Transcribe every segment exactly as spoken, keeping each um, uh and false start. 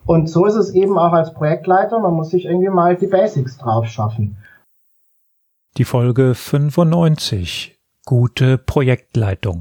Und so ist es eben auch als Projektleiter, man muss sich irgendwie mal die Basics drauf schaffen. Die Folge fünfundneunzig. Gute Projektleitung.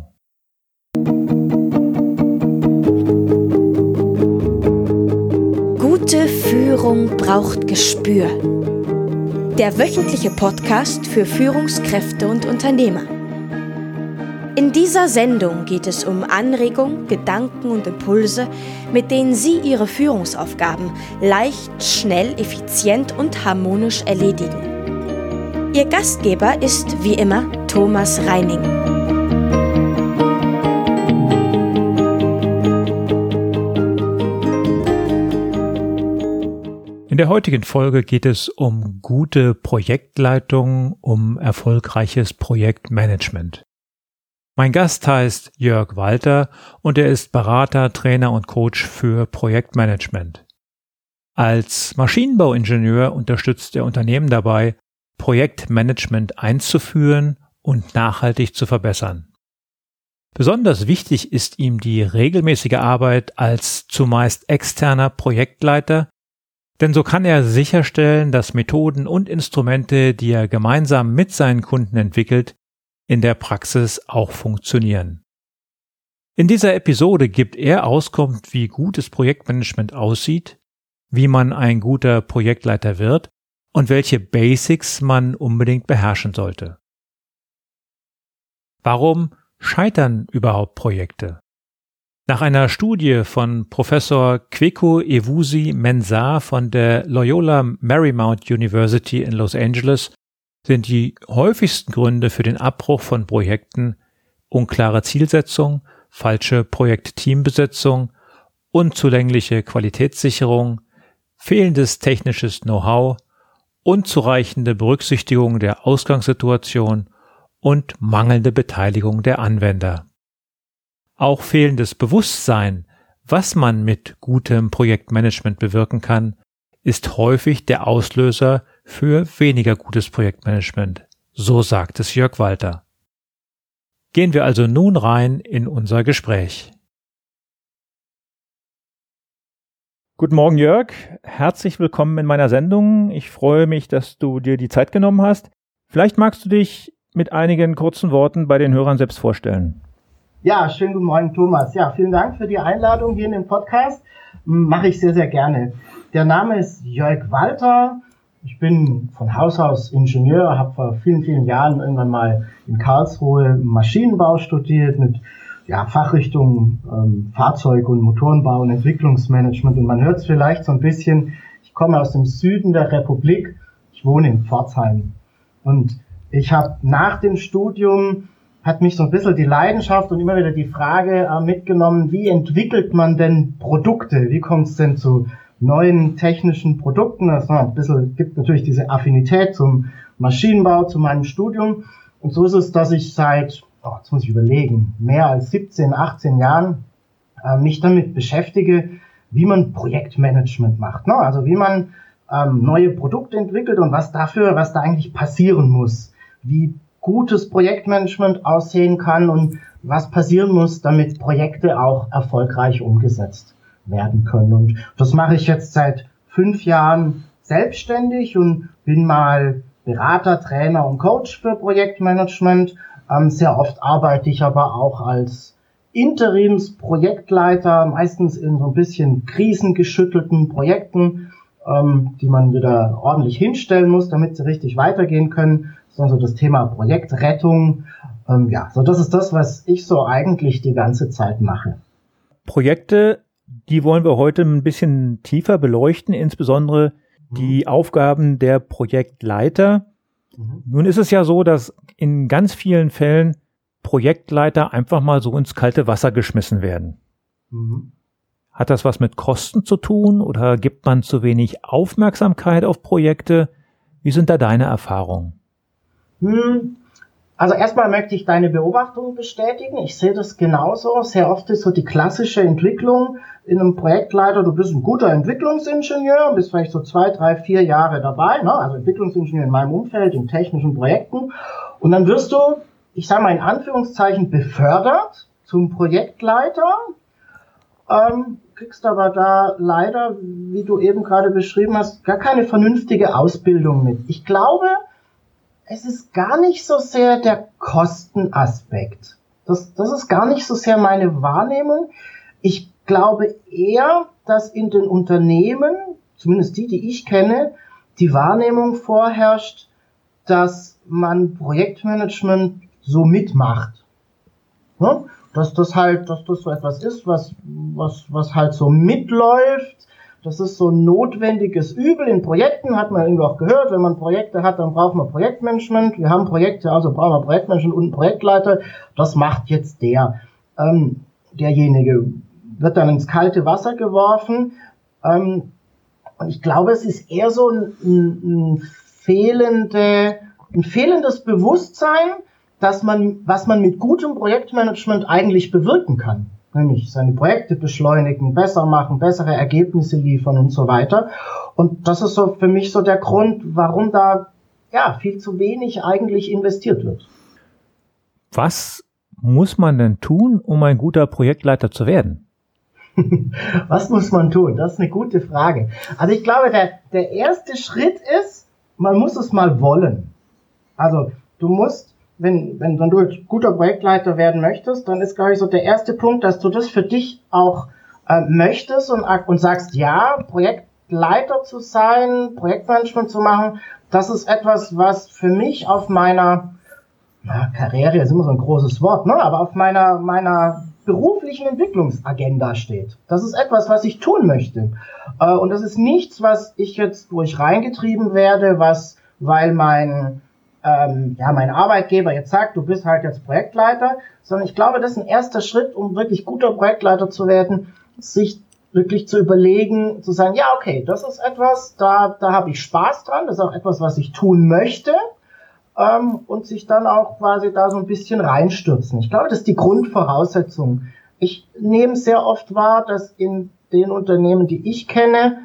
Gute Führung braucht Gespür. Der wöchentliche Podcast für Führungskräfte und Unternehmer. In dieser Sendung geht es um Anregungen, Gedanken und Impulse, mit denen Sie Ihre Führungsaufgaben leicht, schnell, effizient und harmonisch erledigen. Ihr Gastgeber ist wie immer Thomas Reining. In der heutigen Folge geht es um gute Projektleitung, um erfolgreiches Projektmanagement. Mein Gast heißt Jörg Walter und er ist Berater, Trainer und Coach für Projektmanagement. Als Maschinenbauingenieur unterstützt er Unternehmen dabei, Projektmanagement einzuführen und nachhaltig zu verbessern. Besonders wichtig ist ihm die regelmäßige Arbeit als zumeist externer Projektleiter, denn so kann er sicherstellen, dass Methoden und Instrumente, die er gemeinsam mit seinen Kunden entwickelt, in der Praxis auch funktionieren. In dieser Episode gibt er Auskunft, wie gutes Projektmanagement aussieht, wie man ein guter Projektleiter wird und welche Basics man unbedingt beherrschen sollte. Warum scheitern überhaupt Projekte? Nach einer Studie von Professor Kweku Ewusi-Mensah von der Loyola Marymount University in Los Angeles sind die häufigsten Gründe für den Abbruch von Projekten unklare Zielsetzung, falsche Projektteambesetzung, unzulängliche Qualitätssicherung, fehlendes technisches Know-how, unzureichende Berücksichtigung der Ausgangssituation und mangelnde Beteiligung der Anwender. Auch fehlendes Bewusstsein, was man mit gutem Projektmanagement bewirken kann, ist häufig der Auslöser für weniger gutes Projektmanagement. So sagt es Jörg Walter. Gehen wir also nun rein in unser Gespräch. Guten Morgen, Jörg. Herzlich willkommen in meiner Sendung. Ich freue mich, dass du dir die Zeit genommen hast. Vielleicht magst du dich mit einigen kurzen Worten bei den Hörern selbst vorstellen. Ja, schönen guten Morgen, Thomas. Ja, vielen Dank für die Einladung hier in den Podcast. Mache ich sehr, sehr gerne. Der Name ist Jörg Walter. Ich bin von Haus aus Ingenieur, habe vor vielen, vielen Jahren irgendwann mal in Karlsruhe Maschinenbau studiert mit ja, Fachrichtungen ähm, Fahrzeug- und Motorenbau und Entwicklungsmanagement. Und man hört es vielleicht so ein bisschen, ich komme aus dem Süden der Republik, ich wohne in Pforzheim. Und ich habe nach dem Studium, hat mich so ein bisschen die Leidenschaft und immer wieder die Frage äh, mitgenommen, wie entwickelt man denn Produkte? Wie kommt es denn zu neuen technischen Produkten? Das noch ein bisschen, gibt natürlich diese Affinität zum Maschinenbau, zu meinem Studium. Und so ist es, dass ich seit, oh, jetzt muss ich überlegen, mehr als siebzehn, achtzehn Jahren äh, mich damit beschäftige, wie man Projektmanagement macht. Ne? Also wie man ähm, neue Produkte entwickelt und was dafür, was da eigentlich passieren muss. Wie gutes Projektmanagement aussehen kann und was passieren muss, damit Projekte auch erfolgreich umgesetzt werden können. Und das mache ich jetzt seit fünf Jahren selbstständig und bin mal Berater, Trainer und Coach für Projektmanagement. Ähm, sehr oft arbeite ich aber auch als Interimsprojektleiter, meistens in so ein bisschen krisengeschüttelten Projekten, ähm, die man wieder ordentlich hinstellen muss, damit sie richtig weitergehen können. Also das Thema Projektrettung. Ähm, ja, so das ist das, was ich so eigentlich die ganze Zeit mache. Projekte, die wollen wir heute ein bisschen tiefer beleuchten, insbesondere mhm. die Aufgaben der Projektleiter. Mhm. Nun ist es ja so, dass in ganz vielen Fällen Projektleiter einfach mal so ins kalte Wasser geschmissen werden. Mhm. Hat das was mit Kosten zu tun oder gibt man zu wenig Aufmerksamkeit auf Projekte? Wie sind da deine Erfahrungen? Hm. Also erstmal möchte ich deine Beobachtung bestätigen. Ich sehe das genauso. Sehr oft ist so die klassische Entwicklung in einem Projektleiter, du bist ein guter Entwicklungsingenieur, bist vielleicht so zwei, drei, vier Jahre dabei, ne? Also Entwicklungsingenieur in meinem Umfeld, in technischen Projekten. Und dann wirst du, ich sage mal in Anführungszeichen, befördert zum Projektleiter. Ähm, kriegst aber da leider, wie du eben gerade beschrieben hast, gar keine vernünftige Ausbildung mit. Ich glaube, es ist gar nicht so sehr der Kostenaspekt. Das, das ist gar nicht so sehr meine Wahrnehmung. Ich glaube eher, dass in den Unternehmen, zumindest die, die ich kenne, die Wahrnehmung vorherrscht, dass man Projektmanagement so mitmacht. Ja? Dass das halt, dass das so etwas ist, was, was, was halt so mitläuft. Das ist so ein notwendiges Übel in Projekten, hat man irgendwo auch gehört. Wenn man Projekte hat, dann braucht man Projektmanagement. Wir haben Projekte, also brauchen wir Projektmanagement und einen Projektleiter. Das macht jetzt der. Ähm, derjenige wird dann ins kalte Wasser geworfen. Ähm, und ich glaube, es ist eher so ein, ein, ein, fehlende, ein fehlendes Bewusstsein, dass man, was man mit gutem Projektmanagement eigentlich bewirken kann. Nämlich seine Projekte beschleunigen, besser machen, bessere Ergebnisse liefern und so weiter. Und das ist so für mich so der Grund, warum da ja viel zu wenig eigentlich investiert wird. Was muss man denn tun, um ein guter Projektleiter zu werden? Was muss man tun? Das ist eine gute Frage. Also ich glaube, der, der erste Schritt ist, man muss es mal wollen. Also du musst Wenn, wenn, wenn du ein guter Projektleiter werden möchtest, dann ist, glaube ich, so der erste Punkt, dass du das für dich auch äh, möchtest und, und sagst, ja, Projektleiter zu sein, Projektmanagement zu machen, das ist etwas, was für mich auf meiner na, Karriere, ist immer so ein großes Wort, ne, aber auf meiner, meiner beruflichen Entwicklungsagenda steht. Das ist etwas, was ich tun möchte. Äh, und das ist nichts, was ich jetzt, wo ich reingetrieben werde, was, weil mein Ähm, ja, mein Arbeitgeber jetzt sagt, du bist halt jetzt Projektleiter, sondern ich glaube, das ist ein erster Schritt, um wirklich guter Projektleiter zu werden, sich wirklich zu überlegen, zu sagen, ja, okay, das ist etwas, da, da habe ich Spaß dran, das ist auch etwas, was ich tun möchte, ähm, und sich dann auch quasi da so ein bisschen reinstürzen. Ich glaube, das ist die Grundvoraussetzung. Ich nehme sehr oft wahr, dass in den Unternehmen, die ich kenne,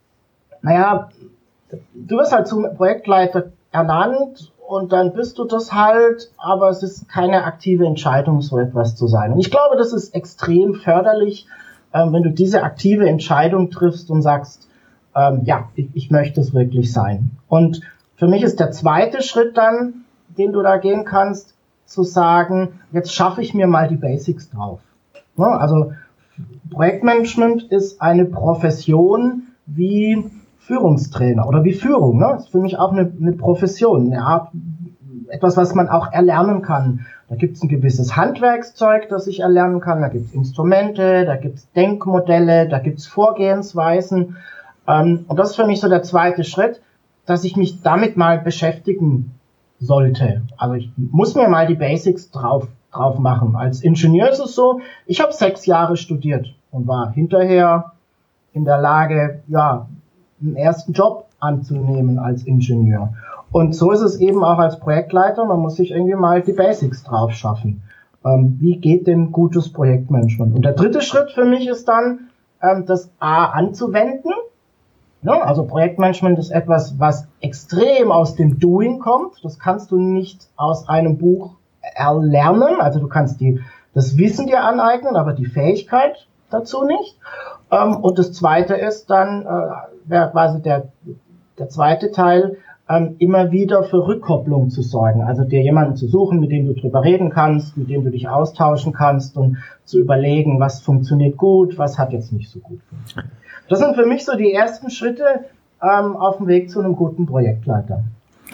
naja, du wirst halt zum Projektleiter ernannt, und dann bist du das halt, aber es ist keine aktive Entscheidung, so etwas zu sein. Und ich glaube, das ist extrem förderlich, ähm, wenn du diese aktive Entscheidung triffst und sagst, ähm, ja, ich, ich möchte es wirklich sein. Und für mich ist der zweite Schritt dann, den du da gehen kannst, zu sagen, jetzt schaffe ich mir mal die Basics drauf. Ja, also Projektmanagement ist eine Profession wie Führungstrainer oder wie Führung, ne? Das ist für mich auch eine, eine Profession, eine Art, etwas, was man auch erlernen kann. Da gibt es ein gewisses Handwerkszeug, das ich erlernen kann, da gibt es Instrumente, da gibt es Denkmodelle, da gibt es Vorgehensweisen. Ähm, und das ist für mich so der zweite Schritt, dass ich mich damit mal beschäftigen sollte. Also ich muss mir mal die Basics drauf, drauf machen. Als Ingenieur ist es so, ich habe sechs Jahre studiert und war hinterher in der Lage, ja, einen ersten Job anzunehmen als Ingenieur. Und so ist es eben auch als Projektleiter, man muss sich irgendwie mal die Basics drauf schaffen. Ähm, wie geht denn gutes Projektmanagement? Und der dritte Schritt für mich ist dann, ähm, das A anzuwenden. Ja, also Projektmanagement ist etwas, was extrem aus dem Doing kommt. Das kannst du nicht aus einem Buch erlernen. Also du kannst die, das Wissen dir aneignen, aber die Fähigkeit dazu nicht. Ähm, und das zweite ist dann, äh, wäre quasi der, der zweite Teil, ähm, immer wieder für Rückkopplung zu sorgen. Also dir jemanden zu suchen, mit dem du drüber reden kannst, mit dem du dich austauschen kannst und zu überlegen, was funktioniert gut, was hat jetzt nicht so gut funktioniert. Das sind für mich so die ersten Schritte ähm, auf dem Weg zu einem guten Projektleiter.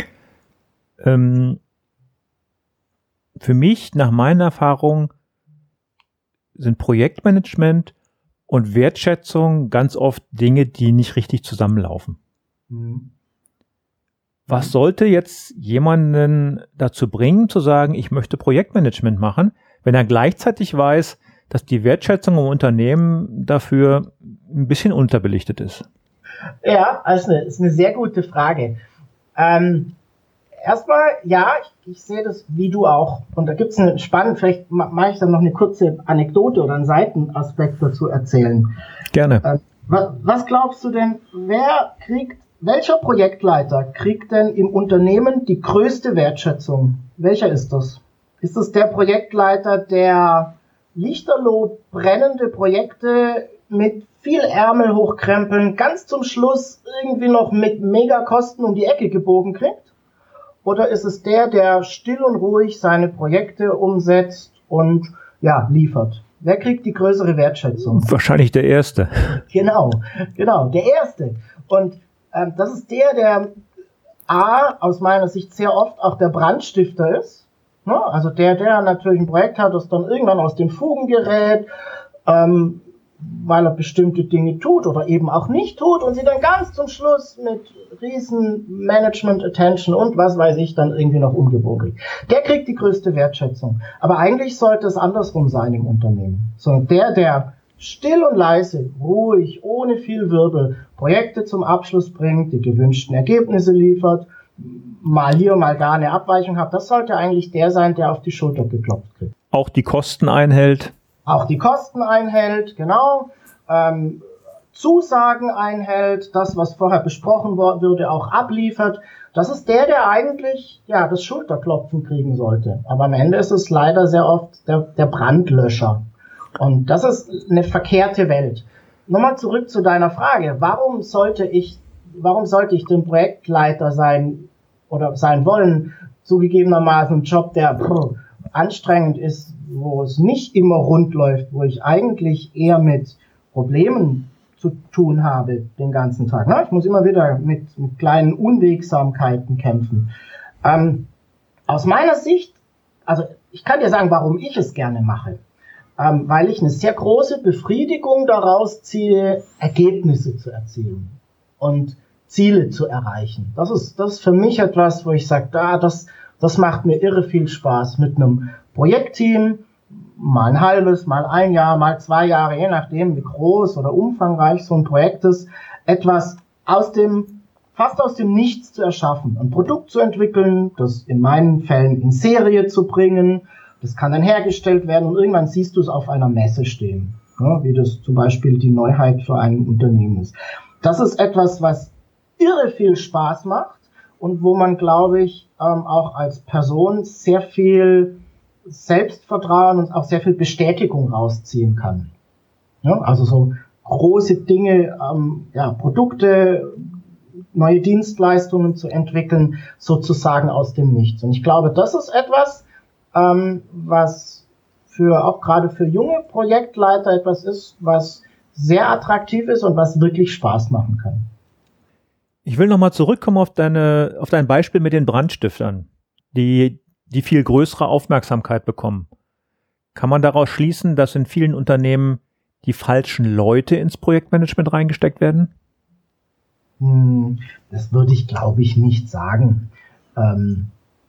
Ähm, für mich, nach meiner Erfahrung, sind Projektmanagement und Wertschätzung ganz oft Dinge, die nicht richtig zusammenlaufen. Mhm. Was sollte jetzt jemanden dazu bringen, zu sagen, ich möchte Projektmanagement machen, wenn er gleichzeitig weiß, dass die Wertschätzung im Unternehmen dafür ein bisschen unterbelichtet ist? Ja, also eine, ist eine sehr gute Frage. Ähm, erstmal, ja, ich, ich sehe das wie du auch. Und da gibt es eine spannende, vielleicht mache ich dann noch eine kurze Anekdote oder einen Seitenaspekt dazu erzählen. Gerne. Ähm, was, was glaubst du denn, wer kriegt, welcher Projektleiter kriegt denn im Unternehmen die größte Wertschätzung? Welcher ist das? Ist das der Projektleiter, der lichterloh brennende Projekte mit viel Ärmel hochkrempeln, ganz zum Schluss irgendwie noch mit Megakosten um die Ecke gebogen kriegt? Oder ist es der, der still und ruhig seine Projekte umsetzt und ja, liefert? Wer kriegt die größere Wertschätzung? Wahrscheinlich der Erste. Genau, genau, der Erste. Und ähm, das ist der, der A, aus meiner Sicht sehr oft auch der Brandstifter ist. Ne? Also der, der natürlich ein Projekt hat, das dann irgendwann aus den Fugen gerät, ähm, weil er bestimmte Dinge tut oder eben auch nicht tut und sie dann ganz zum Schluss mit riesen Management Attention und was weiß ich dann irgendwie noch umgebogen kriegt. Der kriegt die größte Wertschätzung. Aber eigentlich sollte es andersrum sein im Unternehmen. Sondern der, der still und leise, ruhig, ohne viel Wirbel Projekte zum Abschluss bringt, die gewünschten Ergebnisse liefert, mal hier, mal da eine Abweichung hat, das sollte eigentlich der sein, der auf die Schulter geklopft kriegt. Auch die Kosten einhält. Auch die Kosten einhält, genau, ähm, Zusagen einhält, das, was vorher besprochen wurde, auch abliefert. Das ist der, der eigentlich ja das Schulterklopfen kriegen sollte. Aber am Ende ist es leider sehr oft der, der Brandlöscher. Und das ist eine verkehrte Welt. Nochmal zurück zu deiner Frage. Warum sollte ich, warum sollte ich den Projektleiter sein oder sein wollen? Zugegebenermaßen ein Job, der pff, anstrengend ist, wo es nicht immer rund läuft, wo ich eigentlich eher mit Problemen zu tun habe den ganzen Tag. Na, ich muss immer wieder mit, mit kleinen Unwegsamkeiten kämpfen. Ähm, aus meiner Sicht, also ich kann dir sagen, warum ich es gerne mache. Ähm, weil ich eine sehr große Befriedigung daraus ziehe, Ergebnisse zu erzielen und Ziele zu erreichen. Das ist, das ist für mich etwas, wo ich sage, da, das, das macht mir irre viel Spaß mit einem Projektteam, mal ein halbes, mal ein Jahr, mal zwei Jahre, je nachdem, wie groß oder umfangreich so ein Projekt ist, etwas aus dem, fast aus dem Nichts zu erschaffen, ein Produkt zu entwickeln, das in meinen Fällen in Serie zu bringen, das kann dann hergestellt werden und irgendwann siehst du es auf einer Messe stehen, ja, wie das zum Beispiel die Neuheit für ein Unternehmen ist. Das ist etwas, was irre viel Spaß macht und wo man, glaube ich, ähm, auch als Person sehr viel Selbstvertrauen und auch sehr viel Bestätigung rausziehen kann. Ja, also so große Dinge, ähm, ja, Produkte, neue Dienstleistungen zu entwickeln, sozusagen aus dem Nichts. Und ich glaube, das ist etwas, ähm, was für auch gerade für junge Projektleiter etwas ist, was sehr attraktiv ist und was wirklich Spaß machen kann. Ich will nochmal zurückkommen auf deine, auf dein Beispiel mit den Brandstiftern, die die viel größere Aufmerksamkeit bekommen. Kann man daraus schließen, dass in vielen Unternehmen die falschen Leute ins Projektmanagement reingesteckt werden? Hm, das würde ich, glaube ich, nicht sagen. Ähm,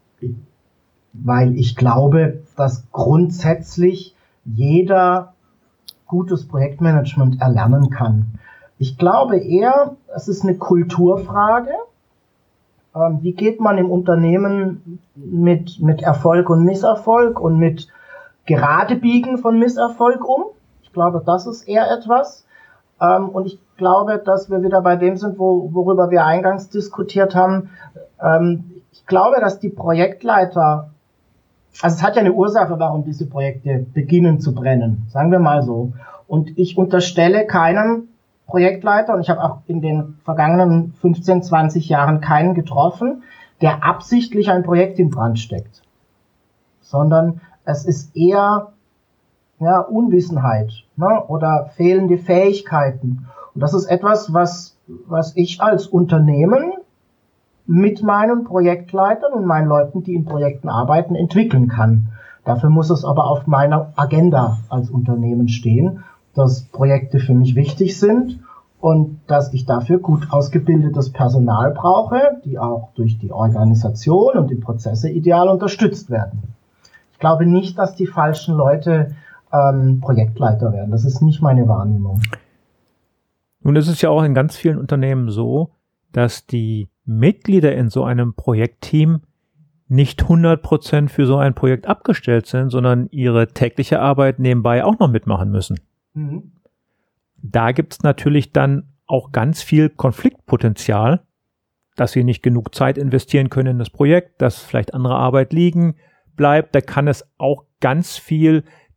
weil ich glaube, dass grundsätzlich jeder gutes Projektmanagement erlernen kann. Ich glaube eher, es ist eine Kulturfrage. Ähm, wie geht man im Unternehmen mit, mit Erfolg und Misserfolg und mit Geradebiegen von Misserfolg um? Ich glaube, das ist eher etwas. Ähm, und ich glaube, dass wir wieder bei dem sind, wo, worüber wir eingangs diskutiert haben. Ähm, ich glaube, dass die Projektleiter, also es hat ja eine Ursache, warum diese Projekte beginnen zu brennen, sagen wir mal so. Und ich unterstelle keinem Projektleiter, und ich habe auch in den vergangenen fünfzehn, zwanzig Jahren keinen getroffen, der absichtlich ein Projekt in Brand steckt. Sondern es ist eher ja, Unwissenheit, ne, oder fehlende Fähigkeiten. Und das ist etwas, was, was ich als Unternehmen mit meinen Projektleitern und meinen Leuten, die in Projekten arbeiten, entwickeln kann. Dafür muss es aber auf meiner Agenda als Unternehmen stehen, dass Projekte für mich wichtig sind und dass ich dafür gut ausgebildetes Personal brauche, die auch durch die Organisation und die Prozesse ideal unterstützt werden. Ich glaube nicht, dass die falschen Leute ähm, Projektleiter werden. Das ist nicht meine Wahrnehmung. Nun ist es ja auch in ganz vielen Unternehmen so, dass die Mitglieder in so einem Projektteam nicht hundert Prozent für so ein Projekt abgestellt sind, sondern ihre tägliche Arbeit nebenbei auch noch mitmachen müssen. Mhm. Da gibt es natürlich dann auch ganz viel Konfliktpotenzial, dass sie nicht genug Zeit investieren können in das Projekt, dass vielleicht andere Arbeit liegen bleibt. Da kann es auch ganz viel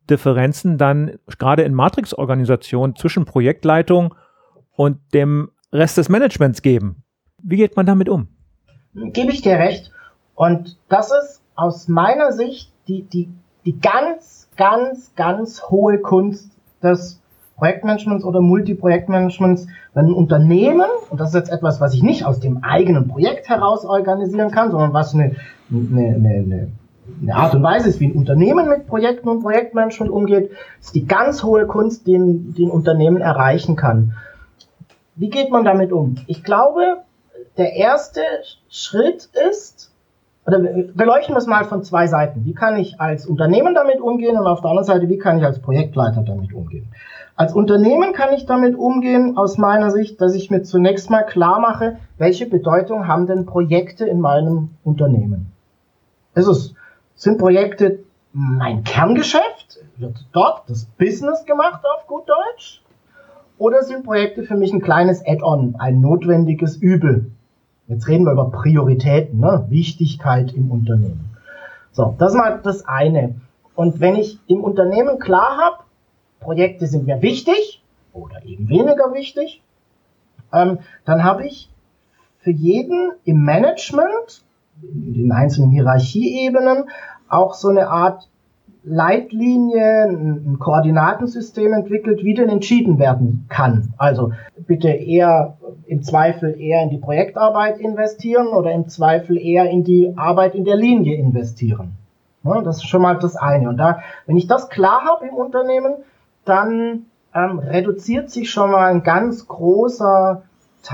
Differenzen dann gerade in Matrix-Organisationen zwischen Projektleitung und dem Rest des Managements geben. Wie geht man damit um? Gebe ich dir recht. Und das ist aus meiner Sicht die, die, die ganz, ganz, ganz hohe Kunst des Projektmanagements oder Multiprojektmanagements, wenn ein Unternehmen, und das ist jetzt etwas, was ich nicht aus dem eigenen Projekt heraus organisieren kann, sondern was eine, eine, eine, eine Art und Weise ist, wie ein Unternehmen mit Projekten und Projektmanagement umgeht, ist die ganz hohe Kunst, die ein, die ein Unternehmen erreichen kann. Wie geht man damit um? Ich glaube, der erste Schritt ist, oder beleuchten wir es mal von zwei Seiten. Wie kann ich als Unternehmen damit umgehen und auf der anderen Seite, wie kann ich als Projektleiter damit umgehen? Als Unternehmen kann ich damit umgehen, aus meiner Sicht, dass ich mir zunächst mal klar mache, welche Bedeutung haben denn Projekte in meinem Unternehmen? Ist es, sind Projekte mein Kerngeschäft? Wird dort das Business gemacht auf gut Deutsch? Oder sind Projekte für mich ein kleines Add-on, ein notwendiges Übel? Jetzt reden wir über Prioritäten, ne? Wichtigkeit im Unternehmen. So, das ist mal das eine. Und wenn ich im Unternehmen klar habe, Projekte sind mir wichtig oder eben weniger wichtig, ähm, dann habe ich für jeden im Management, in den einzelnen Hierarchieebenen, auch so eine Art Leitlinie, ein Koordinatensystem entwickelt, wie denn entschieden werden kann. Also bitte eher im Zweifel eher in die Projektarbeit investieren oder im Zweifel eher in die Arbeit in der Linie investieren. Ja, das ist schon mal das eine. Und da, wenn ich das klar habe im Unternehmen, dann ähm, reduziert sich schon mal ein ganz großer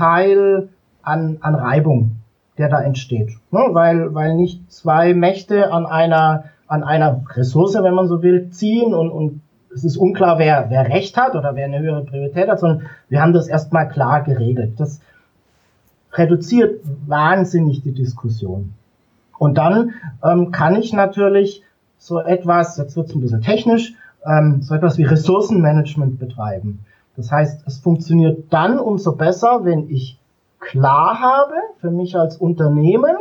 Teil an, an Reibung, der da entsteht. Ne? Weil, weil nicht zwei Mächte an einer an einer Ressource, wenn man so will, ziehen und, und es ist unklar, wer, wer Recht hat oder wer eine höhere Priorität hat, sondern wir haben das erstmal klar geregelt. Das reduziert wahnsinnig die Diskussion. Und dann ähm, kann ich natürlich so etwas, jetzt wird es ein bisschen technisch, ähm, so etwas wie Ressourcenmanagement betreiben. Das heißt, es funktioniert dann umso besser, wenn ich klar habe, für mich als Unternehmen,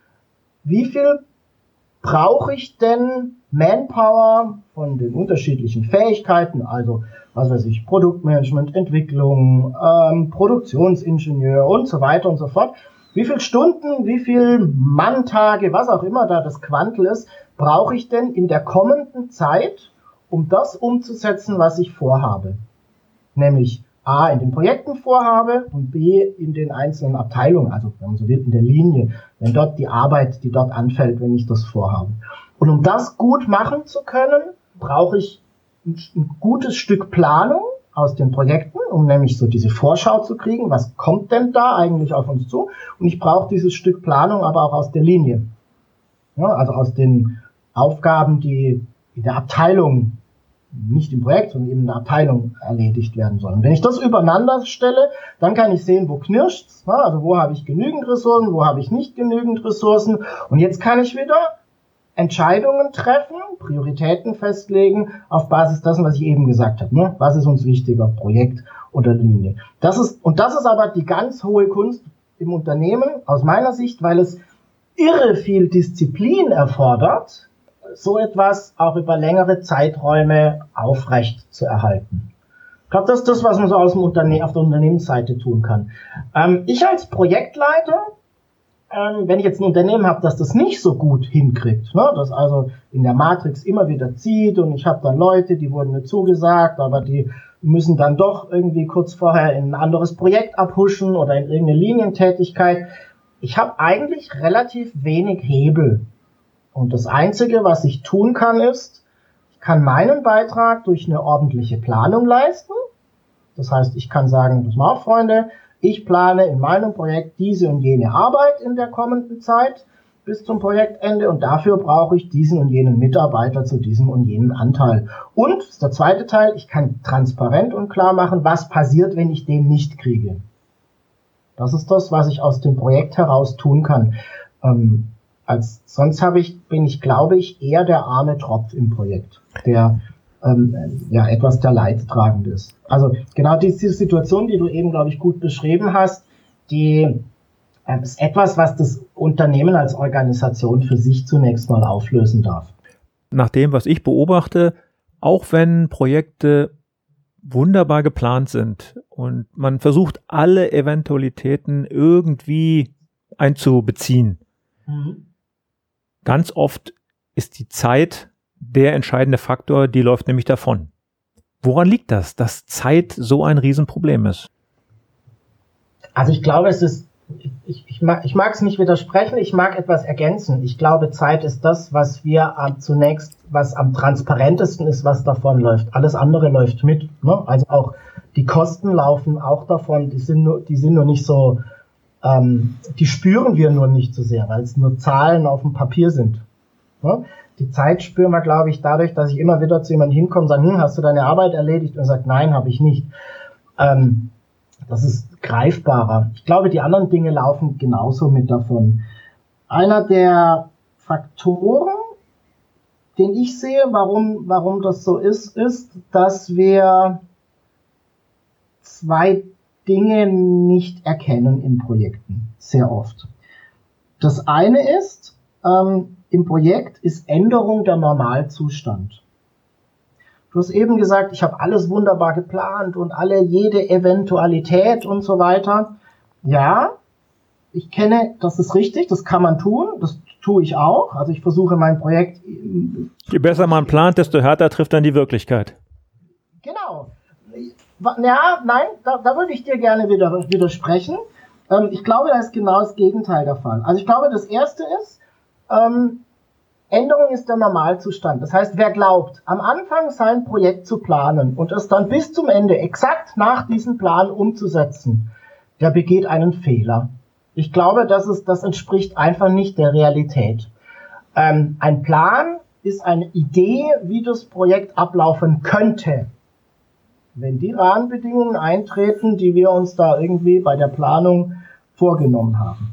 wie viel brauche ich denn Manpower von den unterschiedlichen Fähigkeiten, also was weiß ich, Produktmanagement, Entwicklung, ähm, Produktionsingenieur und so weiter und so fort. Wie viele Stunden, wie viel Manntage, was auch immer da das Quantel ist, brauche ich denn in der kommenden Zeit, um das umzusetzen, was ich vorhabe? Nämlich A, in den Projekten vorhabe und B, in den einzelnen Abteilungen, also wenn man so will, in der Linie, wenn dort die Arbeit, die dort anfällt, wenn ich das vorhabe. Und um das gut machen zu können, brauche ich ein, ein gutes Stück Planung aus den Projekten, um nämlich so diese Vorschau zu kriegen, was kommt denn da eigentlich auf uns zu? Und ich brauche dieses Stück Planung aber auch aus der Linie. Ja, also aus den Aufgaben, die in der Abteilung, nicht im Projekt, sondern eben in der Abteilung erledigt werden sollen. Wenn ich das übereinander stelle, dann kann ich sehen, wo knirscht's, also wo habe ich genügend Ressourcen, wo habe ich nicht genügend Ressourcen. Und jetzt kann ich wieder Entscheidungen treffen, Prioritäten festlegen, auf Basis dessen, was ich eben gesagt habe. Ne? Was ist uns wichtiger, Projekt oder Linie? Das ist, und das ist aber die ganz hohe Kunst im Unternehmen, aus meiner Sicht, weil es irre viel Disziplin erfordert, so etwas auch über längere Zeiträume aufrecht zu erhalten. Ich glaube, das ist das, was man so aus dem Unterne- auf der Unternehmensseite tun kann. Ähm, ich als Projektleiter, ähm, wenn ich jetzt ein Unternehmen habe, das das nicht so gut hinkriegt, ne, das also in der Matrix immer wieder zieht und ich habe dann Leute, die wurden mir zugesagt, aber die müssen dann doch irgendwie kurz vorher in ein anderes Projekt abhuschen oder in irgendeine Linientätigkeit. Ich habe eigentlich relativ wenig Hebel. Und das Einzige, was ich tun kann, ist, ich kann meinen Beitrag durch eine ordentliche Planung leisten. Das heißt, ich kann sagen, pass mal auf, Freunde, ich plane in meinem Projekt diese und jene Arbeit in der kommenden Zeit bis zum Projektende und dafür brauche ich diesen und jenen Mitarbeiter zu diesem und jenen Anteil. Und, das ist der zweite Teil, ich kann transparent und klar machen, was passiert, wenn ich den nicht kriege. Das ist das, was ich aus dem Projekt heraus tun kann. Ähm, Als sonst habe ich, bin ich, glaube ich, eher der arme Tropf im Projekt, der ähm, ja etwas der Leidtragende ist. Also genau diese Situation, die du eben, glaube ich, gut beschrieben hast, die äh, ist etwas, was das Unternehmen als Organisation für sich zunächst mal auflösen darf. Nach dem, was ich beobachte, auch wenn Projekte wunderbar geplant sind und man versucht, alle Eventualitäten irgendwie einzubeziehen. Mhm. Ganz oft ist die Zeit der entscheidende Faktor, die läuft nämlich davon. Woran liegt das, dass Zeit so ein Riesenproblem ist? Also ich glaube, es ist, ich, ich mag ich mag es nicht widersprechen, ich mag etwas ergänzen. Ich glaube, Zeit ist das, was wir am, zunächst, was am transparentesten ist, was davon läuft. Alles andere läuft mit. Ne? Also auch die Kosten laufen auch davon, die sind nur, die sind nur nicht so, ähm, die spüren wir nur nicht so sehr, weil es nur Zahlen auf dem Papier sind. Ne? Die Zeit spüren wir, glaube ich, dadurch, dass ich immer wieder zu jemandem hinkomme und sage, hm, hast du deine Arbeit erledigt? Und er sagt, nein, habe ich nicht. Ähm, das ist greifbarer. Ich glaube, die anderen Dinge laufen genauso mit davon. Einer der Faktoren, den ich sehe, warum, warum das so ist, ist, dass wir zwei Dinge nicht erkennen in Projekten, sehr oft. Das eine ist, ähm, im Projekt ist Änderung der Normalzustand. Du hast eben gesagt, ich habe alles wunderbar geplant und alle, jede Eventualität und so weiter. Ja, ich kenne, das ist richtig, das kann man tun, das tue ich auch. Also ich versuche mein Projekt... Je besser man plant, desto härter trifft dann die Wirklichkeit. Genau. Ja, nein, da, da würde ich dir gerne wieder widersprechen. Ähm, ich glaube, da ist genau das Gegenteil der Fall. Also ich glaube, das Erste ist, ähm, Änderung ist der Normalzustand. Das heißt, wer glaubt, am Anfang sein Projekt zu planen und es dann bis zum Ende exakt nach diesem Plan umzusetzen, der begeht einen Fehler. Ich glaube, das ist, das entspricht einfach nicht der Realität. Ähm, ein Plan ist eine Idee, wie das Projekt ablaufen könnte. Wenn die Rahmenbedingungen eintreten, die wir uns da irgendwie bei der Planung vorgenommen haben.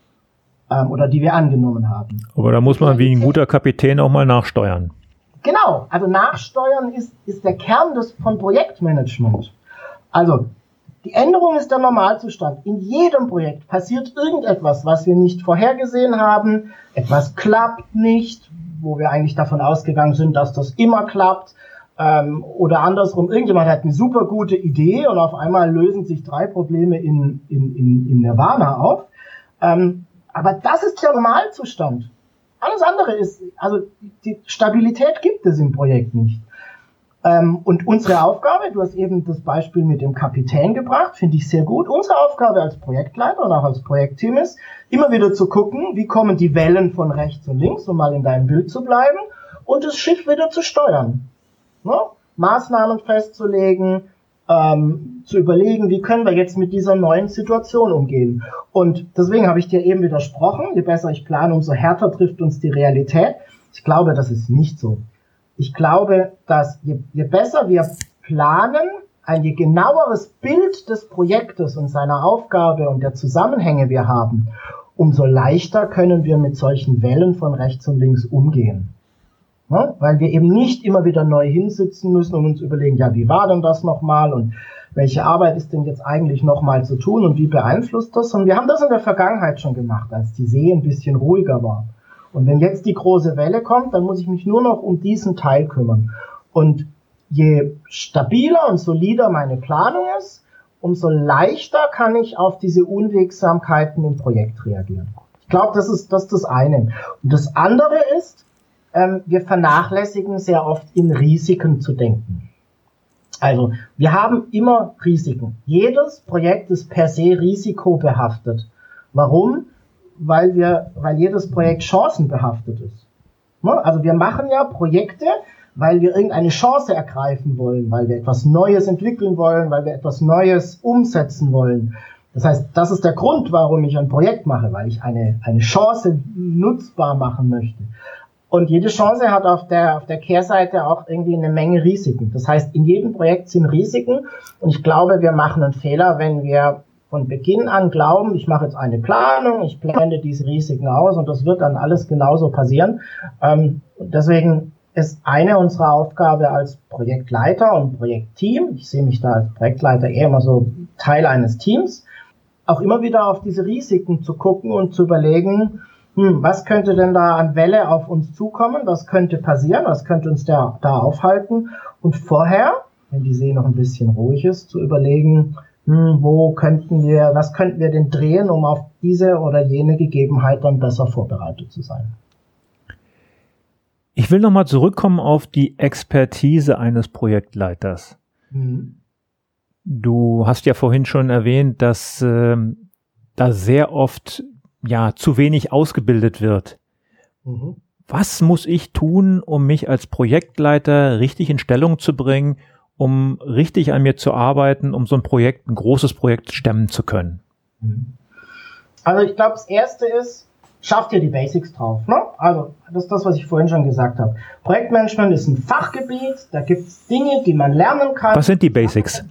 Oder die wir angenommen haben. Aber da muss man wie ein guter Kapitän auch mal nachsteuern. Genau, also nachsteuern ist, ist der Kern des, von Projektmanagement. Also, die Änderung ist der Normalzustand. In jedem Projekt passiert irgendetwas, was wir nicht vorhergesehen haben. Etwas klappt nicht, wo wir eigentlich davon ausgegangen sind, dass das immer klappt. Ähm, oder andersrum, irgendjemand hat eine super gute Idee und auf einmal lösen sich drei Probleme in, in, in, in Nirvana auf. Ähm, Aber das ist der Normalzustand. Alles andere ist, also die Stabilität gibt es im Projekt nicht. Ähm, und unsere Aufgabe, du hast eben das Beispiel mit dem Kapitän gebracht, finde ich sehr gut. Unsere Aufgabe als Projektleiter und auch als Projektteam ist, immer wieder zu gucken, wie kommen die Wellen von rechts und links, um mal in deinem Bild zu bleiben, und das Schiff wieder zu steuern. Ne? Maßnahmen festzulegen, Ähm, zu überlegen, wie können wir jetzt mit dieser neuen Situation umgehen. Und deswegen habe ich dir eben widersprochen, je besser ich plane, umso härter trifft uns die Realität. Ich glaube, das ist nicht so. Ich glaube, dass je, je besser wir planen, ein je genaueres Bild des Projektes und seiner Aufgabe und der Zusammenhänge wir haben, umso leichter können wir mit solchen Wellen von rechts und links umgehen. Ja, weil wir eben nicht immer wieder neu hinsitzen müssen und uns überlegen, ja, wie war denn das nochmal und welche Arbeit ist denn jetzt eigentlich nochmal zu tun und wie beeinflusst das? Und wir haben das in der Vergangenheit schon gemacht, als die See ein bisschen ruhiger war. Und wenn jetzt die große Welle kommt, dann muss ich mich nur noch um diesen Teil kümmern. Und je stabiler und solider meine Planung ist, umso leichter kann ich auf diese Unwegsamkeiten im Projekt reagieren. Ich glaube, das ist, das ist das eine. Und das andere ist, ähm, wir vernachlässigen sehr oft in Risiken zu denken. Also, wir haben immer Risiken. Jedes Projekt ist per se risikobehaftet. Warum? Weil wir, weil jedes Projekt chancenbehaftet ist. Also wir machen ja Projekte, weil wir irgendeine Chance ergreifen wollen, weil wir etwas Neues entwickeln wollen, weil wir etwas Neues umsetzen wollen. Das heißt, das ist der Grund, warum ich ein Projekt mache, weil ich eine, eine Chance nutzbar machen möchte. Und jede Chance hat auf der, auf der Kehrseite auch irgendwie eine Menge Risiken. Das heißt, in jedem Projekt sind Risiken. Und ich glaube, wir machen einen Fehler, wenn wir von Beginn an glauben, ich mache jetzt eine Planung, ich blende diese Risiken aus und das wird dann alles genauso passieren. Ähm, deswegen ist eine unserer Aufgabe als Projektleiter und Projektteam, ich sehe mich da als Projektleiter eher immer so Teil eines Teams, auch immer wieder auf diese Risiken zu gucken und zu überlegen, hm, was könnte denn da an Welle auf uns zukommen, was könnte passieren, was könnte uns da, da aufhalten und vorher, wenn die See noch ein bisschen ruhig ist, zu überlegen, hm, wo könnten wir, was könnten wir denn drehen, um auf diese oder jene Gegebenheit dann besser vorbereitet zu sein. Ich will nochmal zurückkommen auf die Expertise eines Projektleiters. Hm. Du hast ja vorhin schon erwähnt, dass äh, da sehr oft ja zu wenig ausgebildet wird. Mhm. Was muss ich tun, um mich als Projektleiter richtig in Stellung zu bringen, um richtig an mir zu arbeiten, um so ein Projekt, ein großes Projekt stemmen zu können? Also ich glaube, das Erste ist, schafft ihr die Basics drauf. Ne? Also das ist das, was ich vorhin schon gesagt habe. Projektmanagement ist ein Fachgebiet, da gibt es Dinge, die man lernen kann. Was sind die Basics?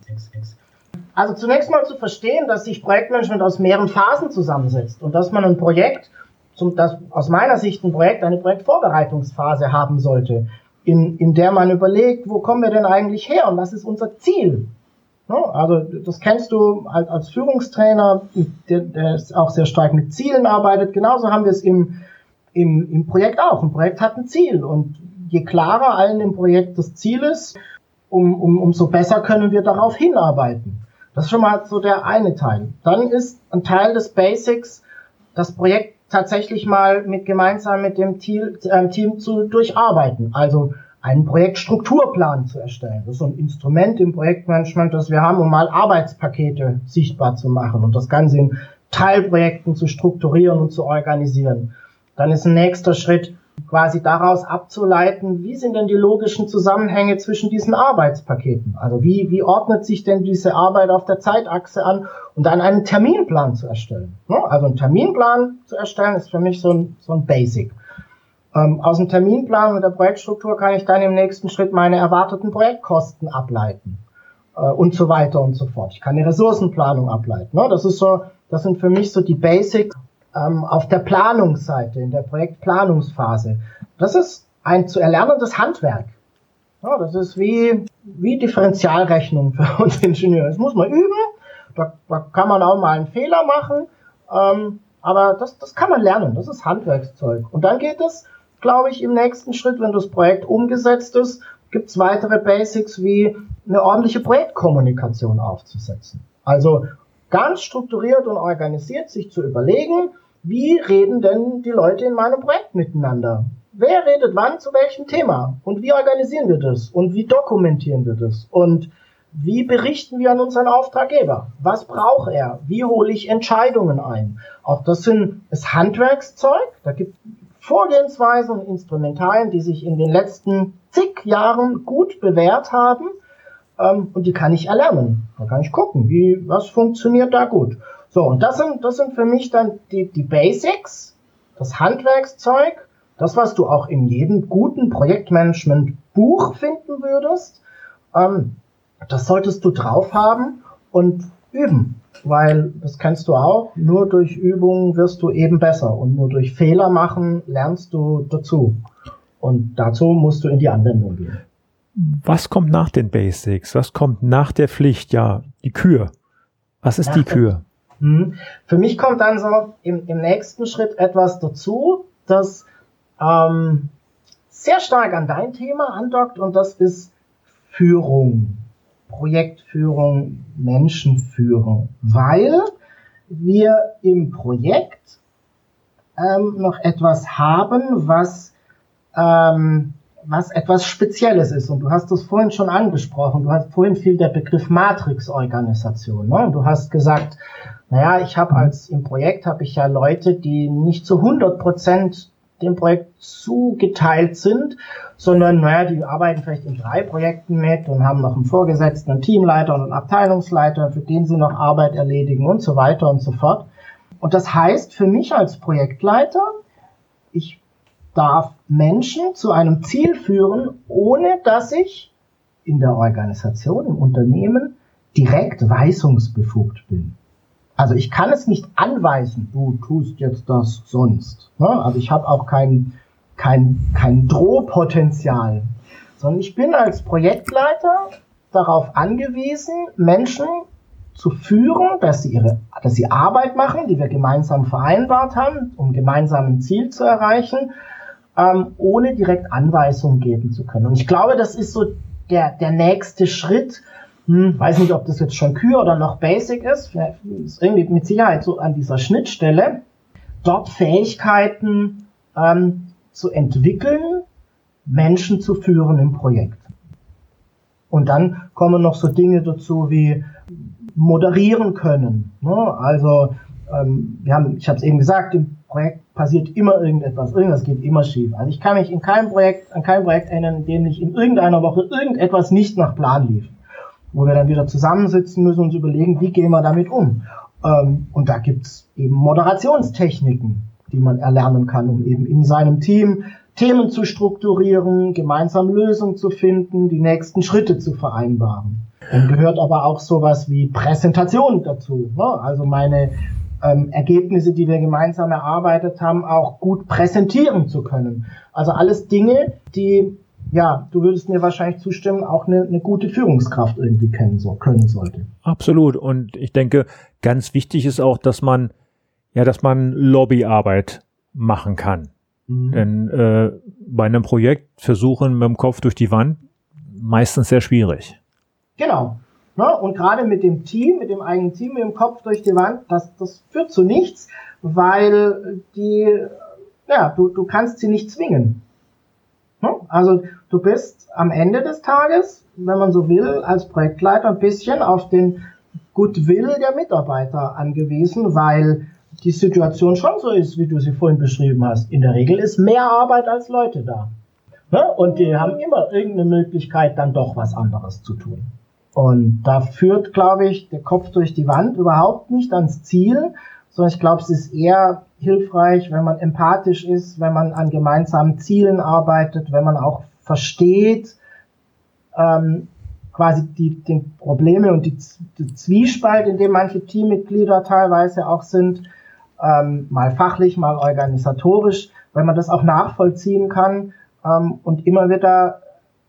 Also zunächst mal zu verstehen, dass sich Projektmanagement aus mehreren Phasen zusammensetzt und dass man ein Projekt, zum, das aus meiner Sicht ein Projekt, eine Projektvorbereitungsphase haben sollte, in, in der man überlegt, wo kommen wir denn eigentlich her und was ist unser Ziel? Ne? Also das kennst du als, als Führungstrainer, der, der auch sehr stark mit Zielen arbeitet. Genauso haben wir es im, im, im Projekt auch. Ein Projekt hat ein Ziel und je klarer allen im Projekt das Ziel ist, um, um, umso besser können wir darauf hinarbeiten. Das ist schon mal so der eine Teil. Dann ist ein Teil des Basics, das Projekt tatsächlich mal mit gemeinsam mit dem Team, äh, Team zu durcharbeiten. Also einen Projektstrukturplan zu erstellen. Das ist so ein Instrument im Projektmanagement, das wir haben, um mal Arbeitspakete sichtbar zu machen und das Ganze in Teilprojekten zu strukturieren und zu organisieren. Dann ist ein nächster Schritt, quasi daraus abzuleiten, wie sind denn die logischen Zusammenhänge zwischen diesen Arbeitspaketen? Also wie, wie ordnet sich denn diese Arbeit auf der Zeitachse an und dann einen Terminplan zu erstellen? Also einen Terminplan zu erstellen ist für mich so ein, so ein Basic. Ähm, aus dem Terminplan und der Projektstruktur kann ich dann im nächsten Schritt meine erwarteten Projektkosten ableiten äh, und so weiter und so fort. Ich kann eine Ressourcenplanung ableiten. Das ist so, das sind für mich so die Basics ähm, auf der Planungsseite, in der Projektplanungsphase. Das ist ein zu erlernendes Handwerk. Ja, das ist wie, wie Differentialrechnung für uns Ingenieure. Das muss man üben, da, da kann man auch mal einen Fehler machen, ähm, aber das, das kann man lernen, das ist Handwerkszeug. Und dann geht es, glaube ich, im nächsten Schritt, wenn das Projekt umgesetzt ist, gibt es weitere Basics wie eine ordentliche Projektkommunikation aufzusetzen. Also ganz strukturiert und organisiert sich zu überlegen, wie reden denn die Leute in meinem Projekt miteinander? Wer redet wann zu welchem Thema? Und wie organisieren wir das? Und wie dokumentieren wir das? Und wie berichten wir an unseren Auftraggeber? Was braucht er? Wie hole ich Entscheidungen ein? Auch das sind das Handwerkszeug. Da gibt es Vorgehensweisen und Instrumentarien, die sich in den letzten zig Jahren gut bewährt haben. Ähm, und die kann ich erlernen. Da kann ich gucken, wie, was funktioniert da gut. So, und das sind, das sind für mich dann die, die Basics, das Handwerkszeug, das, was du auch in jedem guten Projektmanagement-Buch finden würdest. Ähm, das solltest du drauf haben und üben, weil, das kennst du auch, nur durch Übung wirst du eben besser und nur durch Fehler machen lernst du dazu. Und dazu musst du in die Anwendung gehen. Was kommt nach den Basics? Was kommt nach der Pflicht? Ja, die Kür. Was ist nach die Kür? Hm. Für mich kommt dann so im, im nächsten Schritt etwas dazu, das ähm, sehr stark an dein Thema andockt, und das ist Führung, Projektführung, Menschenführung, weil wir im Projekt ähm, noch etwas haben, was ähm, was etwas Spezielles ist. Und du hast das vorhin schon angesprochen. Du hast vorhin viel der Begriff Matrix-Organisation. Ne? Und du hast gesagt, naja, ich habe als im Projekt habe ich ja Leute, die nicht zu hundert Prozent dem Projekt zugeteilt sind, sondern naja, die arbeiten vielleicht in drei Projekten mit und haben noch einen Vorgesetzten, einen Teamleiter und einen Abteilungsleiter, für den sie noch Arbeit erledigen und so weiter und so fort. Und das heißt für mich als Projektleiter, ich darf Menschen zu einem Ziel führen, ohne dass ich in der Organisation, im Unternehmen direkt weisungsbefugt bin. Also ich kann es nicht anweisen, du tust jetzt das sonst. Also ich habe auch kein, kein, kein Drohpotenzial, sondern ich bin als Projektleiter darauf angewiesen, Menschen zu führen, dass sie ihre, dass sie Arbeit machen, die wir gemeinsam vereinbart haben, um gemeinsam ein Ziel zu erreichen, ähm, ohne direkt Anweisungen geben zu können. Und ich glaube, das ist so der, der nächste Schritt. Hm, weiß nicht, ob das jetzt schon Kür oder noch Basic ist. Ist irgendwie mit Sicherheit so an dieser Schnittstelle, dort Fähigkeiten ähm, zu entwickeln, Menschen zu führen im Projekt. Und dann kommen noch so Dinge dazu wie moderieren können. Ne? Also ähm, wir haben, ich habe es eben gesagt, im Projekt passiert immer irgendetwas, irgendwas geht immer schief. Also ich kann mich in keinem Projekt, an kein Projekt erinnern, in dem nicht in irgendeiner Woche irgendetwas nicht nach Plan lief, wo wir dann wieder zusammensitzen müssen und uns überlegen, wie gehen wir damit um. Ähm, und da gibt's eben Moderationstechniken, die man erlernen kann, um eben in seinem Team Themen zu strukturieren, gemeinsam Lösungen zu finden, die nächsten Schritte zu vereinbaren. Dann gehört aber auch sowas wie Präsentation dazu. Ne? Also meine ähm, Ergebnisse, die wir gemeinsam erarbeitet haben, auch gut präsentieren zu können. Also alles Dinge, die, ja, du würdest mir wahrscheinlich zustimmen, auch eine, eine gute Führungskraft irgendwie kennen so, können sollte. Absolut. Und ich denke, ganz wichtig ist auch, dass man, ja, dass man Lobbyarbeit machen kann. Mhm. Denn äh, bei einem Projekt versuchen mit dem Kopf durch die Wand meistens sehr schwierig. Genau. Ne? Und gerade mit dem Team, mit dem eigenen Team, mit dem Kopf durch die Wand, das, das führt zu nichts, weil die, ja, du, du kannst sie nicht zwingen. Ne? Also du bist am Ende des Tages, wenn man so will, als Projektleiter ein bisschen auf den Goodwill der Mitarbeiter angewiesen, weil die Situation schon so ist, wie du sie vorhin beschrieben hast. In der Regel ist mehr Arbeit als Leute da. Ne? Und die haben immer irgendeine Möglichkeit, dann doch was anderes zu tun. Und da führt, glaube ich, der Kopf durch die Wand überhaupt nicht ans Ziel, sondern ich glaube, es ist eher hilfreich, wenn man empathisch ist, wenn man an gemeinsamen Zielen arbeitet, wenn man auch versteht, ähm, quasi die, die Probleme und die, die Zwiespalt, in dem manche Teammitglieder teilweise auch sind, ähm, mal fachlich, mal organisatorisch, wenn man das auch nachvollziehen kann ähm, und immer wieder,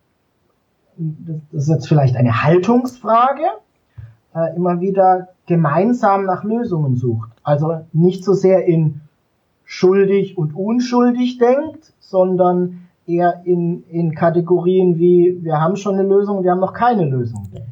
das ist jetzt vielleicht eine Haltungsfrage, äh, immer wieder gemeinsam nach Lösungen sucht. Also nicht so sehr in schuldig und unschuldig denkt, sondern eher in, in Kategorien wie, wir haben schon eine Lösung, wir haben noch keine Lösung denkt.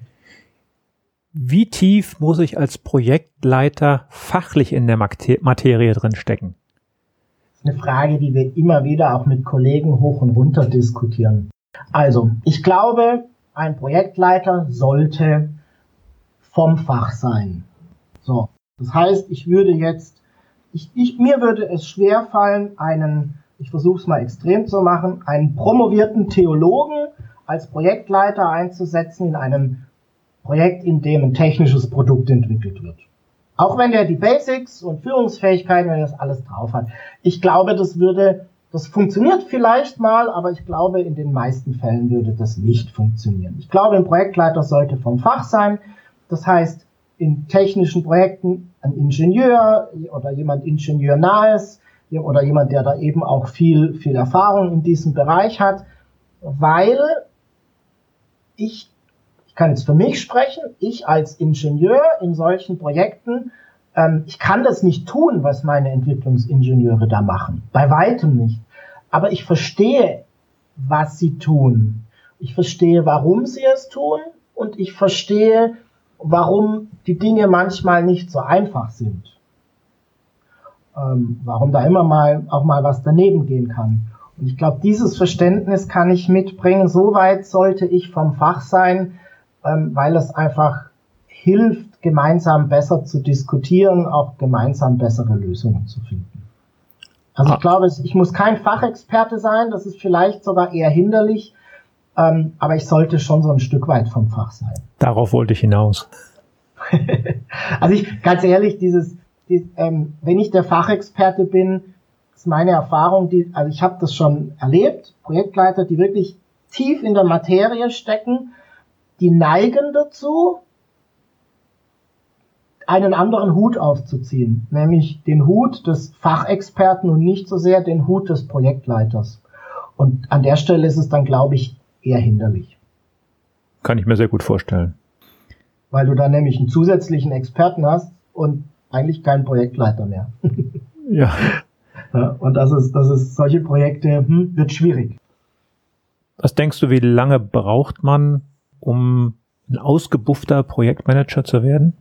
Wie tief muss ich als Projektleiter fachlich in der Materie drin stecken? Das ist eine Frage, die wir immer wieder auch mit Kollegen hoch und runter diskutieren. Also, ich glaube, ein Projektleiter sollte vom Fach sein. So, das heißt, ich würde jetzt, ich, ich, mir würde es schwerfallen, einen, ich versuche es mal extrem zu machen, einen promovierten Theologen als Projektleiter einzusetzen in einem Projekt, in dem ein technisches Produkt entwickelt wird. Auch wenn der die Basics und Führungsfähigkeiten, wenn er das alles drauf hat. Ich glaube, das würde, das funktioniert vielleicht mal, aber ich glaube, in den meisten Fällen würde das nicht funktionieren. Ich glaube, ein Projektleiter sollte vom Fach sein. Das heißt, in technischen Projekten ein Ingenieur oder jemand Ingenieurnahes oder jemand, der da eben auch viel, viel Erfahrung in diesem Bereich hat, weil ich Ich kann jetzt für mich sprechen, ich als Ingenieur in solchen Projekten, ähm, ich kann das nicht tun, was meine Entwicklungsingenieure da machen. Bei weitem nicht. Aber ich verstehe, was sie tun. Ich verstehe, warum sie es tun und ich verstehe, warum die Dinge manchmal nicht so einfach sind. Ähm, warum da immer mal auch mal was daneben gehen kann. Und ich glaube, dieses Verständnis kann ich mitbringen. Soweit sollte ich vom Fach sein, Ähm, weil es einfach hilft, gemeinsam besser zu diskutieren, auch gemeinsam bessere Lösungen zu finden. Also ah. ich glaube, ich muss kein Fachexperte sein, das ist vielleicht sogar eher hinderlich, ähm, aber ich sollte schon so ein Stück weit vom Fach sein. Darauf wollte ich hinaus. Also ich, ganz ehrlich, dieses, die, ähm, wenn ich der Fachexperte bin, ist meine Erfahrung, die, also ich habe das schon erlebt, Projektleiter, die wirklich tief in der Materie stecken, die neigen dazu, einen anderen Hut aufzuziehen, nämlich den Hut des Fachexperten und nicht so sehr den Hut des Projektleiters. Und an der Stelle ist es dann, glaube ich, eher hinderlich. Kann ich mir sehr gut vorstellen. weil du dann nämlich einen zusätzlichen Experten hast und eigentlich keinen Projektleiter mehr. Ja. Ja, und das ist, das ist, solche Projekte, hm, wird schwierig. Was denkst du, wie lange braucht man, um ein ausgebuffter Projektmanager zu werden?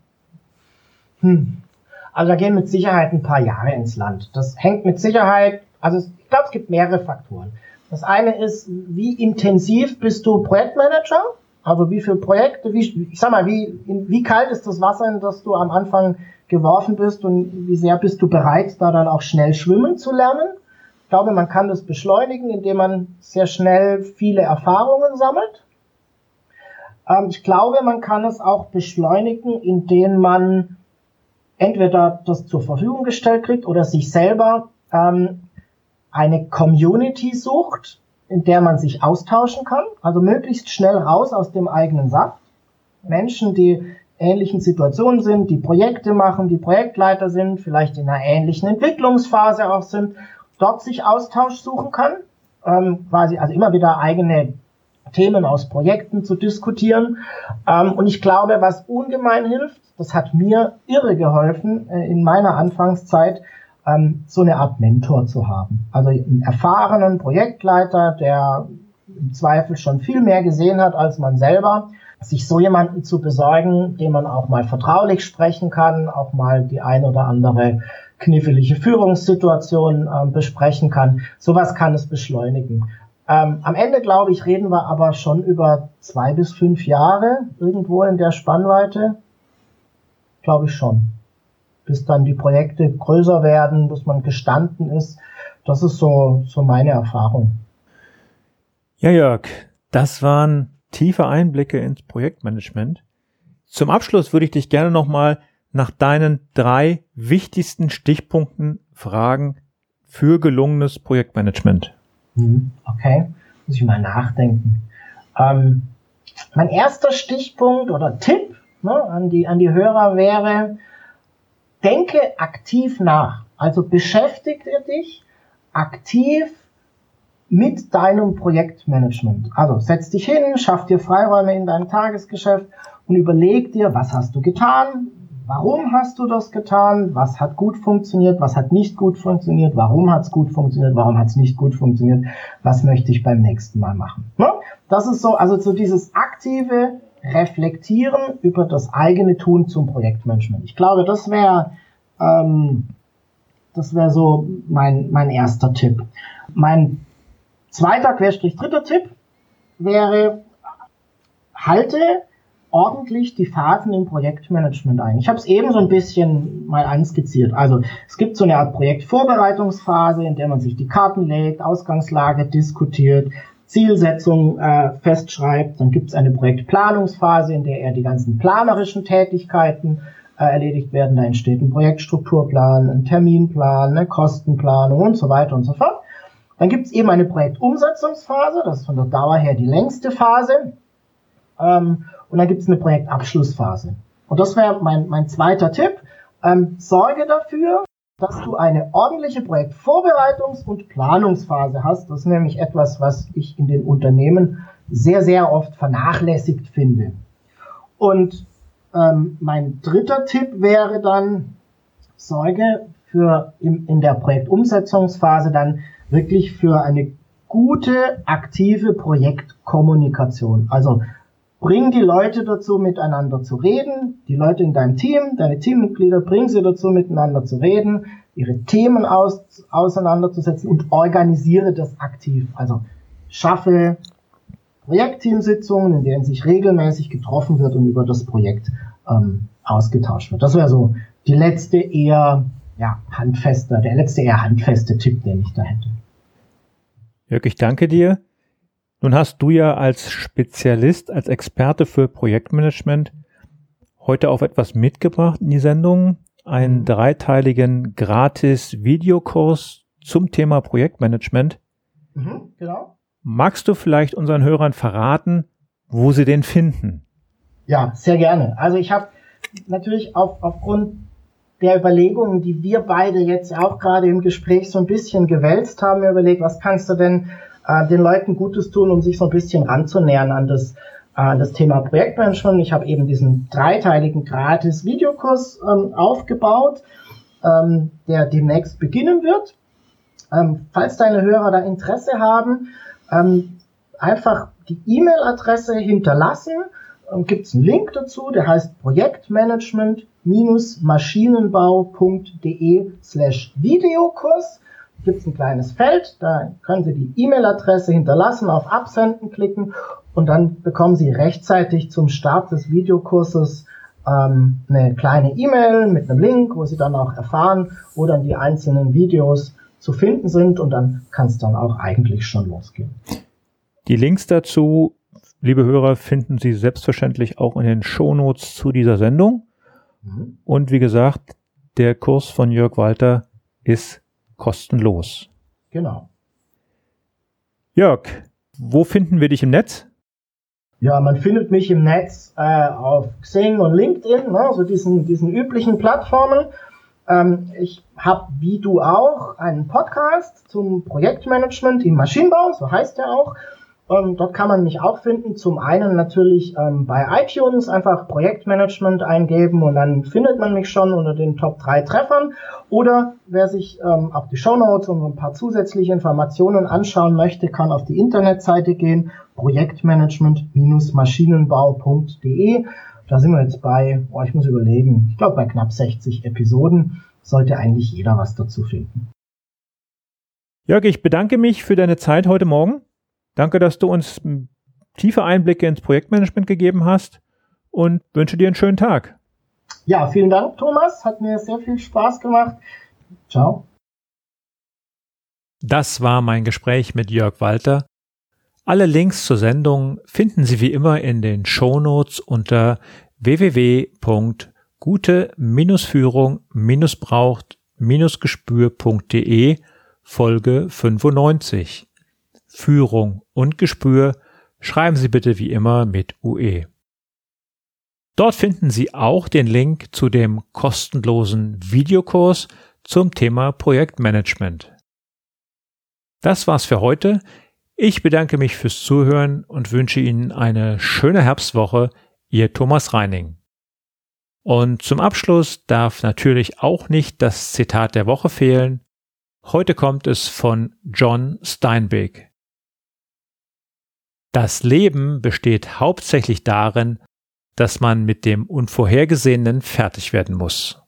Hm. Also da gehen mit Sicherheit ein paar Jahre ins Land. Das hängt mit Sicherheit, also ich glaube, es gibt mehrere Faktoren. Das eine ist, wie intensiv bist du Projektmanager? Also wie viele Projekte, wie, ich sag mal, wie, wie kalt ist das Wasser, in das du am Anfang geworfen bist und wie sehr bist du bereit, da dann auch schnell schwimmen zu lernen? Ich glaube, man kann das beschleunigen, indem man sehr schnell viele Erfahrungen sammelt. Ähm, ich glaube, man kann es auch beschleunigen, indem man entweder das zur Verfügung gestellt kriegt oder sich selber ähm, eine Community sucht, in der man sich austauschen kann. Also möglichst schnell raus aus dem eigenen Saft. Menschen, die ähnlichen Situationen sind, die Projekte machen, die Projektleiter sind, vielleicht in einer ähnlichen Entwicklungsphase auch sind, dort sich Austausch suchen kann, ähm, quasi also immer wieder eigene Themen aus Projekten zu diskutieren. Ähm, und ich glaube, was ungemein hilft, das hat mir irre geholfen äh, in meiner Anfangszeit, ähm, so eine Art Mentor zu haben. Also einen erfahrenen Projektleiter, der im Zweifel schon viel mehr gesehen hat als man selber, sich so jemanden zu besorgen, dem man auch mal vertraulich sprechen kann, auch mal die ein oder andere knifflige Führungssituation äh, besprechen kann. Sowas kann es beschleunigen. Ähm, am Ende, glaube ich, reden wir aber schon über zwei bis fünf Jahre irgendwo in der Spannweite. Glaube ich schon. Bis dann die Projekte größer werden, bis man gestanden ist. Das ist so, so meine Erfahrung. Ja, Jörg, das waren tiefe Einblicke ins Projektmanagement. Zum Abschluss würde ich dich gerne nochmal nach deinen drei wichtigsten Stichpunkten fragen für gelungenes Projektmanagement. Okay, muss ich mal nachdenken. Ähm, mein erster Stichpunkt oder Tipp ne, an die, an die Hörer wäre, denke aktiv nach. Also beschäftige dich aktiv mit deinem Projektmanagement. Also setz dich hin, schaff dir Freiräume in deinem Tagesgeschäft und überleg dir, was hast du getan, warum hast du das getan, was hat gut funktioniert, was hat nicht gut funktioniert, warum hat es gut funktioniert, warum hat es nicht gut funktioniert, was möchte ich beim nächsten Mal machen. Ne? Das ist so, also so dieses aktive Reflektieren über das eigene Tun zum Projektmanagement. Ich glaube, das wäre ähm, das wäre so mein, mein erster Tipp. Mein Zweiter, Querstrich, dritter Tipp wäre, halte ordentlich die Phasen im Projektmanagement ein. Ich habe es eben so ein bisschen mal anskizziert. Also es gibt so eine Art Projektvorbereitungsphase, in der man sich die Karten legt, Ausgangslage diskutiert, Zielsetzung äh, festschreibt. Dann gibt es eine Projektplanungsphase, in der eher die ganzen planerischen Tätigkeiten äh, erledigt werden. Da entsteht ein Projektstrukturplan, ein Terminplan, eine Kostenplanung und so weiter und so fort. Dann gibt es eben eine Projektumsetzungsphase, das ist von der Dauer her die längste Phase. Ähm, und dann gibt es eine Projektabschlussphase. Und das wäre mein, mein zweiter Tipp. Ähm, sorge dafür, dass du eine ordentliche Projektvorbereitungs- und Planungsphase hast. Das ist nämlich etwas, was ich in den Unternehmen sehr, sehr oft vernachlässigt finde. Und ähm, mein dritter Tipp wäre dann, sorge für in, in der Projektumsetzungsphase dann wirklich für eine gute, aktive Projektkommunikation. Also bring die Leute dazu, miteinander zu reden, die Leute in deinem Team, deine Teammitglieder, bring sie dazu, miteinander zu reden, ihre Themen aus, auseinanderzusetzen und organisiere das aktiv. Also schaffe Projektteamsitzungen, in denen sich regelmäßig getroffen wird und über das Projekt ähm, ausgetauscht wird. Das wäre so die letzte eher ja, handfeste, der letzte eher handfeste Tipp, den ich da hätte. Jörg, ich danke dir. Nun hast du ja als Spezialist, als Experte für Projektmanagement heute auch etwas mitgebracht in die Sendung, einen dreiteiligen Gratis-Videokurs zum Thema Projektmanagement. Mhm, genau. Magst du vielleicht unseren Hörern verraten, wo sie den finden? Ja, sehr gerne. Also ich habe natürlich auf, aufgrund der Überlegungen, die wir beide jetzt auch gerade im Gespräch so ein bisschen gewälzt haben, mir überlegt, was kannst du denn äh, den Leuten Gutes tun, um sich so ein bisschen ranzunähern an das äh, das Thema Projektmanagement. Ich habe eben diesen dreiteiligen gratis Videokurs ähm, aufgebaut, ähm, der demnächst beginnen wird. Ähm, falls deine Hörer da Interesse haben, ähm, einfach die E-Mail-Adresse hinterlassen. Ähm, gibt es einen Link dazu, der heißt projektmanagement-maschinenbau.de slash Videokurs. Gibt es ein kleines Feld, da können Sie die E-Mail-Adresse hinterlassen, auf Absenden klicken und dann bekommen Sie rechtzeitig zum Start des Videokurses ähm, eine kleine E-Mail mit einem Link, wo Sie dann auch erfahren, wo dann die einzelnen Videos zu finden sind und dann kann es dann auch eigentlich schon losgehen. Die Links dazu, liebe Hörer, finden Sie selbstverständlich auch in den Shownotes zu dieser Sendung. Mhm. Und wie gesagt, der Kurs von Jörg Walter ist kostenlos. Genau. Jörg, wo finden wir dich im Netz? Ja, man findet mich im Netz äh, auf Xing und LinkedIn, ne, so diesen, diesen üblichen Plattformen. Ähm, ich habe, wie du auch, einen Podcast zum Projektmanagement im Maschinenbau, so heißt er auch. Ähm, dort kann man mich auch finden. Zum einen natürlich ähm, bei iTunes einfach Projektmanagement eingeben und dann findet man mich schon unter den Top drei Treffern. Oder wer sich ähm, auf die Shownotes und ein paar zusätzliche Informationen anschauen möchte, kann auf die Internetseite gehen, projektmanagement-maschinenbau punkt de. Da sind wir jetzt bei, oh, ich muss überlegen, ich glaube bei knapp sechzig Episoden sollte eigentlich jeder was dazu finden. Jörg, ich bedanke mich für deine Zeit heute Morgen. Danke, dass du uns tiefe Einblicke ins Projektmanagement gegeben hast und wünsche dir einen schönen Tag. Ja, vielen Dank, Thomas. Hat mir sehr viel Spaß gemacht. Ciao. Das war mein Gespräch mit Jörg Walter. Alle Links zur Sendung finden Sie wie immer in den Shownotes unter w w w punkt gute Führung braucht Gespür punkt de Folge fünfundneunzig. Führung und Gespür schreiben Sie bitte wie immer mit U E. Dort finden Sie auch den Link zu dem kostenlosen Videokurs zum Thema Projektmanagement. Das war's für heute. Ich bedanke mich fürs Zuhören und wünsche Ihnen eine schöne Herbstwoche. Ihr Thomas Reining. Und zum Abschluss darf natürlich auch nicht das Zitat der Woche fehlen. Heute kommt es von John Steinbeck. Das Leben besteht hauptsächlich darin, dass man mit dem Unvorhergesehenen fertig werden muss.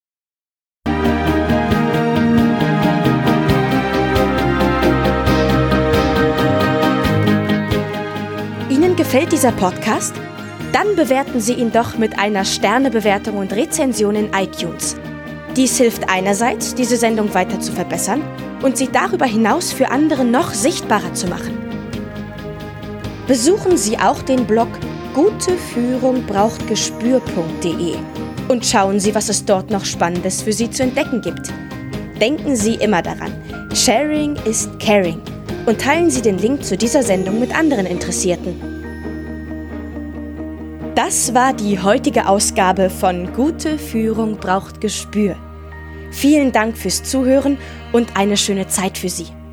Ihnen gefällt dieser Podcast? Dann bewerten Sie ihn doch mit einer Sternebewertung und Rezension in iTunes. Dies hilft einerseits, diese Sendung weiter zu verbessern und sie darüber hinaus für andere noch sichtbarer zu machen. Besuchen Sie auch den Blog gute Führung braucht Gespür punkt de und schauen Sie, was es dort noch Spannendes für Sie zu entdecken gibt. Denken Sie immer daran, Sharing ist Caring und teilen Sie den Link zu dieser Sendung mit anderen Interessierten. Das war die heutige Ausgabe von Gute Führung braucht Gespür. Vielen Dank fürs Zuhören und eine schöne Zeit für Sie.